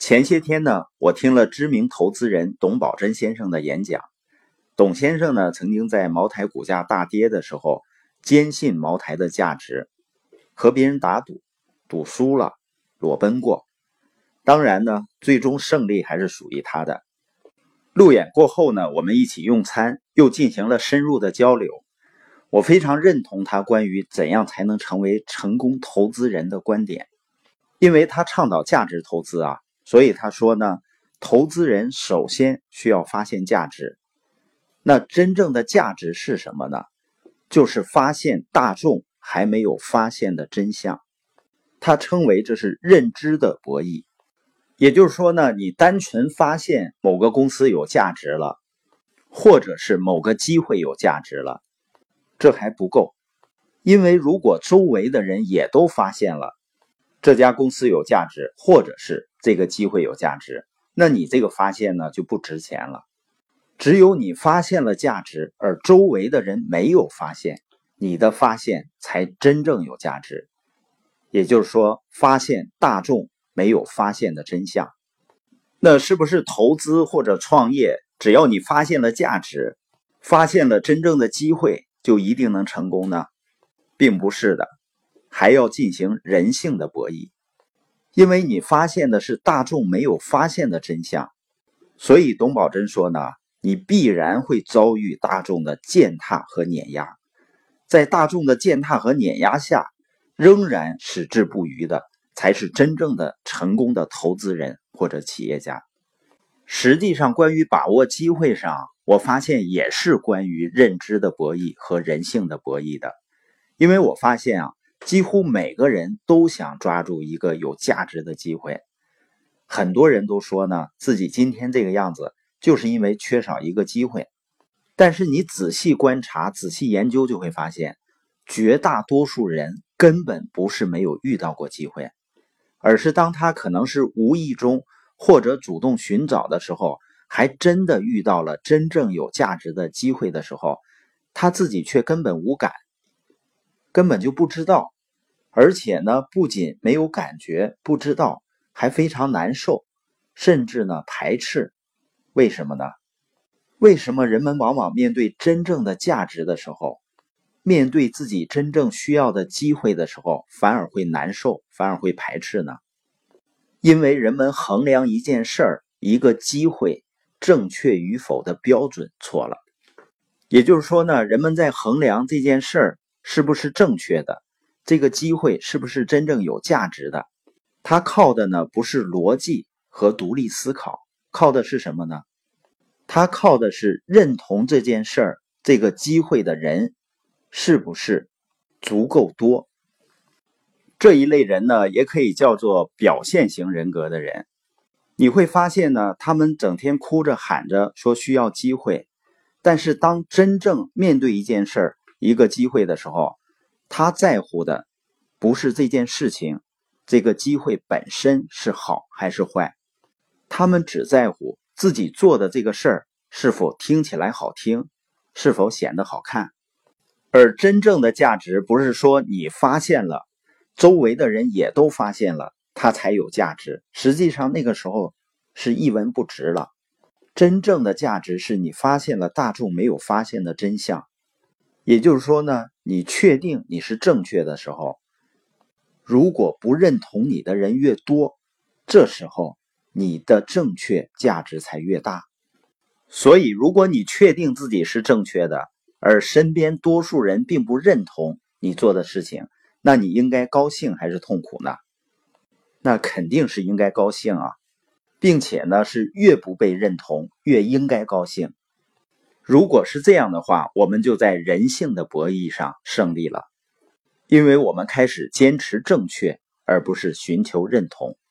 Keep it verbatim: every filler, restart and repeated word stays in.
前些天呢，我听了知名投资人董宝珍先生的演讲。董先生呢，曾经在茅台股价大跌的时候，坚信茅台的价值，和别人打赌，赌输了，裸奔过。当然呢，最终胜利还是属于他的。路演过后呢，我们一起用餐，又进行了深入的交流。我非常认同他关于怎样才能成为成功投资人的观点，因为他倡导价值投资啊。所以他说呢，投资人首先需要发现价值。那真正的价值是什么呢？就是发现大众还没有发现的真相。他称为这是认知的博弈。也就是说呢，你单纯发现某个公司有价值了，或者是某个机会有价值了，这还不够。因为如果周围的人也都发现了这家公司有价值，或者是这个机会有价值，那你这个发现呢就不值钱了。只有你发现了价值，而周围的人没有发现，你的发现才真正有价值。也就是说，发现大众没有发现的真相。那是不是投资或者创业，只要你发现了价值，发现了真正的机会，就一定能成功呢？并不是的。还要进行人性的博弈，因为你发现的是大众没有发现的真相，所以董宝珍说呢，你必然会遭遇大众的践踏和碾压，在大众的践踏和碾压下，仍然矢志不渝的，才是真正的成功的投资人或者企业家。实际上，关于把握机会上，我发现也是关于认知的博弈和人性的博弈的，因为我发现啊。几乎每个人都想抓住一个有价值的机会。很多人都说呢，自己今天这个样子就是因为缺少一个机会。但是你仔细观察、仔细研究就会发现，绝大多数人根本不是没有遇到过机会，而是当他可能是无意中或者主动寻找的时候，还真的遇到了真正有价值的机会的时候，他自己却根本无感，根本就不知道。而且呢，不仅没有感觉，不知道，还非常难受，甚至呢排斥。为什么呢？为什么人们往往面对真正的价值的时候，面对自己真正需要的机会的时候，反而会难受，反而会排斥呢？因为人们衡量一件事儿、一个机会正确与否的标准错了。也就是说呢，人们在衡量这件事儿是不是正确的，这个机会是不是真正有价值的，它靠的呢不是逻辑和独立思考，靠的是什么呢？它靠的是认同这件事儿、这个机会的人是不是足够多。这一类人呢，也可以叫做表现型人格的人。你会发现呢，他们整天哭着喊着说需要机会，但是当真正面对一件事儿、一个机会的时候，他在乎的不是这件事情，这个机会本身是好还是坏，他们只在乎自己做的这个事儿是否听起来好听，是否显得好看。而真正的价值不是说你发现了，周围的人也都发现了，它才有价值。实际上那个时候是一文不值了。真正的价值是你发现了大众没有发现的真相。也就是说呢，你确定你是正确的时候，如果不认同你的人越多，这时候你的正确价值才越大。所以如果你确定自己是正确的，而身边多数人并不认同你做的事情，那你应该高兴还是痛苦呢？那肯定是应该高兴啊，并且呢是越不被认同越应该高兴。如果是这样的话，我们就在人性的博弈上胜利了，因为我们开始坚持正确，而不是寻求认同。